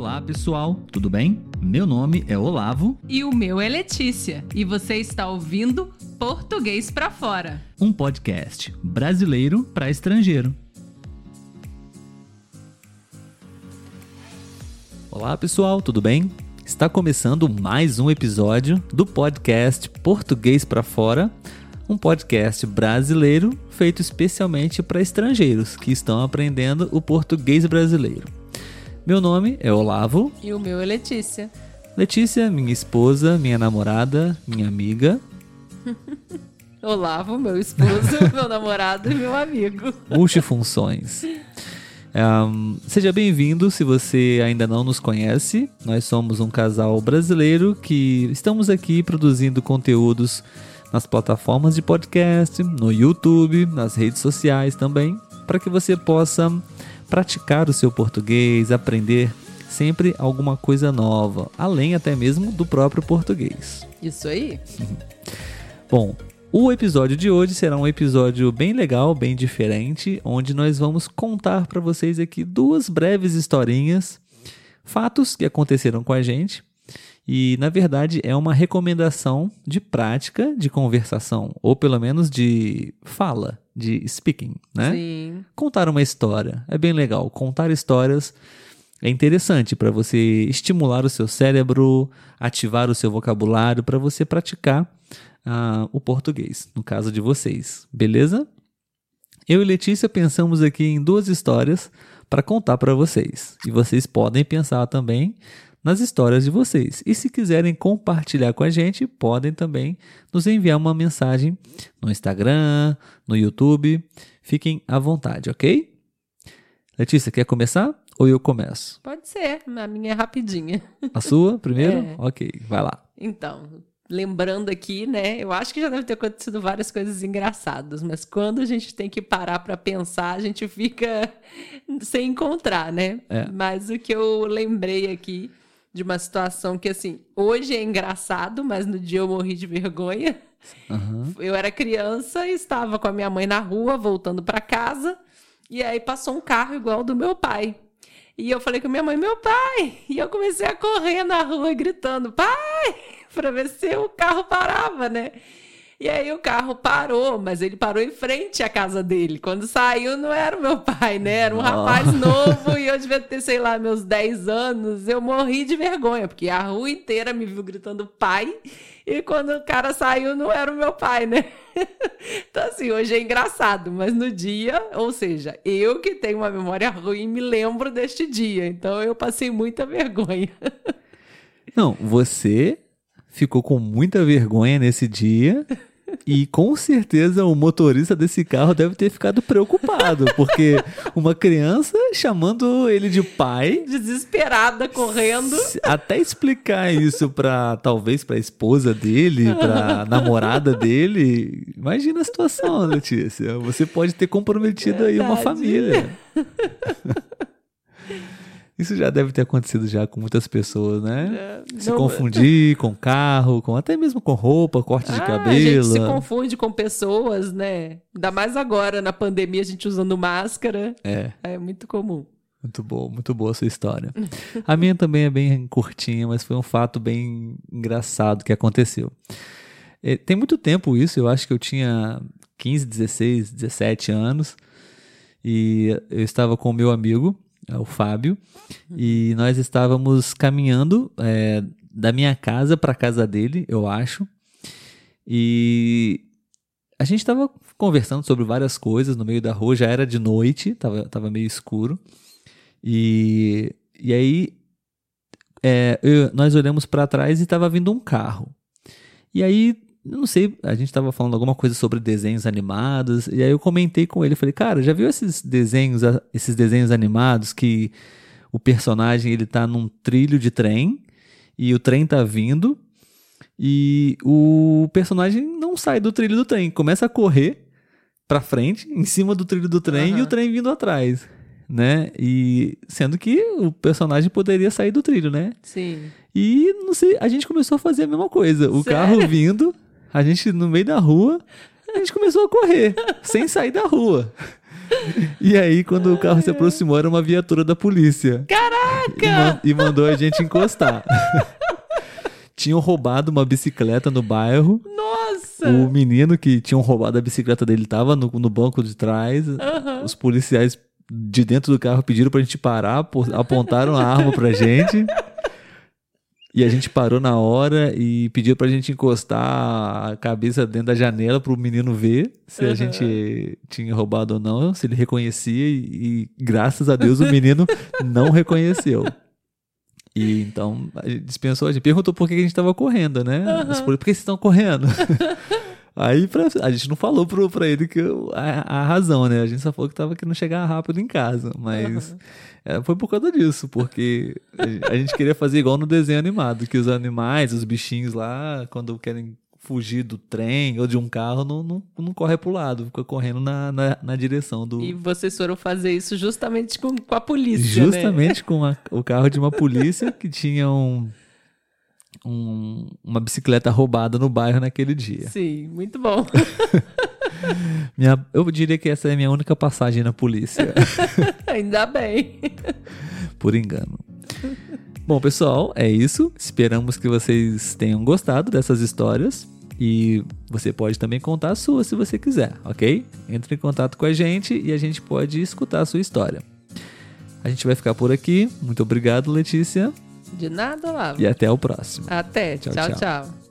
Olá pessoal, tudo bem? Meu nome é Olavo. E o meu é Letícia. E você está ouvindo Português pra Fora. Um podcast brasileiro para estrangeiro. Olá pessoal, tudo bem? Está começando mais um episódio do podcast Português pra Fora. Um podcast brasileiro feito especialmente para estrangeiros que estão aprendendo o português brasileiro. Meu nome é Olavo. E o meu é Letícia. Letícia, minha esposa, minha namorada, minha amiga. Olavo, meu esposo, meu namorado e meu amigo. Multifunções. Seja bem-vindo se você ainda não nos conhece. Nós somos um casal brasileiro que estamos aqui produzindo conteúdos nas plataformas de podcast, no YouTube, nas redes sociais também, para que você possa praticar o seu português, aprender sempre alguma coisa nova, além até mesmo do próprio português. Isso aí. Bom, o episódio de hoje será um episódio bem legal, bem diferente, onde nós vamos contar para vocês aqui duas breves historinhas, fatos que aconteceram com a gente. E, na verdade, é uma recomendação de prática de conversação, ou pelo menos de fala, de speaking, né? Sim. Contar uma história é bem legal. Contar histórias é interessante para você estimular o seu cérebro, ativar o seu vocabulário, para você praticar o português, no caso de vocês, beleza? Eu e Letícia pensamos aqui em duas histórias para contar para vocês. E vocês podem pensar também nas histórias de vocês. E se quiserem compartilhar com a gente, podem também nos enviar uma mensagem no Instagram, no YouTube. Fiquem à vontade, ok? Letícia, quer começar ou eu começo? Pode ser, a minha é rapidinha. A sua primeiro? É. Ok, vai lá. Então, lembrando aqui, né, eu acho que já deve ter acontecido várias coisas engraçadas, mas quando a gente tem que parar para pensar, a gente fica sem encontrar, né? É. Mas o que eu lembrei aqui de uma situação que, assim, hoje é engraçado, mas no dia eu morri de vergonha. Uhum. Eu era criança e estava com a minha mãe na rua, voltando para casa, e aí passou um carro igual ao do meu pai. E eu falei com a minha mãe, meu pai! E eu comecei a correr na rua gritando, pai! Para ver se o carro parava, né? E aí o carro parou, mas ele parou em frente à casa dele. Quando saiu, não era o meu pai, né? Era um rapaz novo e eu devia ter, sei lá, meus 10 anos. Eu morri de vergonha, porque a rua inteira me viu gritando pai. E quando o cara saiu, não era o meu pai, né? Então, assim, hoje é engraçado, mas no dia, ou seja, eu que tenho uma memória ruim, me lembro deste dia. Então, eu passei muita vergonha. Não, você ficou com muita vergonha nesse dia. E com certeza o motorista desse carro deve ter ficado preocupado, porque uma criança chamando ele de pai, desesperada, correndo. Até explicar isso talvez para a esposa dele, para a namorada dele. Imagina a situação, Letícia. Você pode ter comprometido aí uma família. Isso já deve ter acontecido já com muitas pessoas, né? Se confundir com carro, até mesmo com roupa, corte de cabelo. A gente se confunde com pessoas, né? Ainda mais agora, na pandemia, a gente usando máscara. É muito comum. Muito boa a sua história. A minha também é bem curtinha, mas foi um fato bem engraçado que aconteceu. Tem muito tempo isso, eu acho que eu tinha 15, 16, 17 anos. E eu estava com o meu amigo, o Fábio, e nós estávamos caminhando da minha casa para a casa dele, eu acho, e a gente estava conversando sobre várias coisas no meio da rua, já era de noite, tava meio escuro, e aí nós olhamos para trás e estava vindo um carro, e aí eu não sei, a gente tava falando alguma coisa sobre desenhos animados, e aí eu comentei com ele, falei, cara, já viu esses desenhos animados que o personagem, ele tá num trilho de trem, e o trem tá vindo, e o personagem não sai do trilho do trem, começa a correr pra frente, em cima do trilho do trem, e o trem vindo atrás, né? E sendo que o personagem poderia sair do trilho, né? Sim. E, não sei, a gente começou a fazer a mesma coisa, o carro vindo, a gente no meio da rua, a gente começou a correr, sem sair da rua. E aí, quando o carro se aproximou, era uma viatura da polícia. Caralho! Caraca! E mandou a gente encostar. Tinham roubado uma bicicleta no bairro. Nossa! O menino que tinham roubado a bicicleta dele estava no banco de trás. Os policiais de dentro do carro pediram pra gente parar, apontaram a arma pra gente. E a gente parou na hora e pediu pra gente encostar a cabeça dentro da janela pro menino ver se a gente tinha roubado ou não, se ele reconhecia. E graças a Deus o menino não reconheceu. E então a gente dispensou, a gente perguntou por que a gente tava correndo, né? Por que vocês estão correndo? Aí a gente não falou pra ele que a razão, né? A gente só falou que tava querendo chegar rápido em casa. Mas foi por causa disso, porque a gente queria fazer igual no desenho animado, que os animais, os bichinhos lá, quando querem fugir do trem ou de um carro, não corre pro lado, fica correndo na direção do... E vocês foram fazer isso justamente com a polícia, justamente, né? com o carro de uma polícia que tinha uma bicicleta roubada no bairro naquele dia. Sim, muito bom. Eu diria que essa é a minha única passagem na polícia. Ainda bem. Por engano. Bom, pessoal, é isso. Esperamos que vocês tenham gostado dessas histórias. E você pode também contar a sua se você quiser, ok? Entre em contato com a gente e a gente pode escutar a sua história. A gente vai ficar por aqui. Muito obrigado, Letícia. De nada, Olavo. E até o próximo. Até. Tchau, tchau.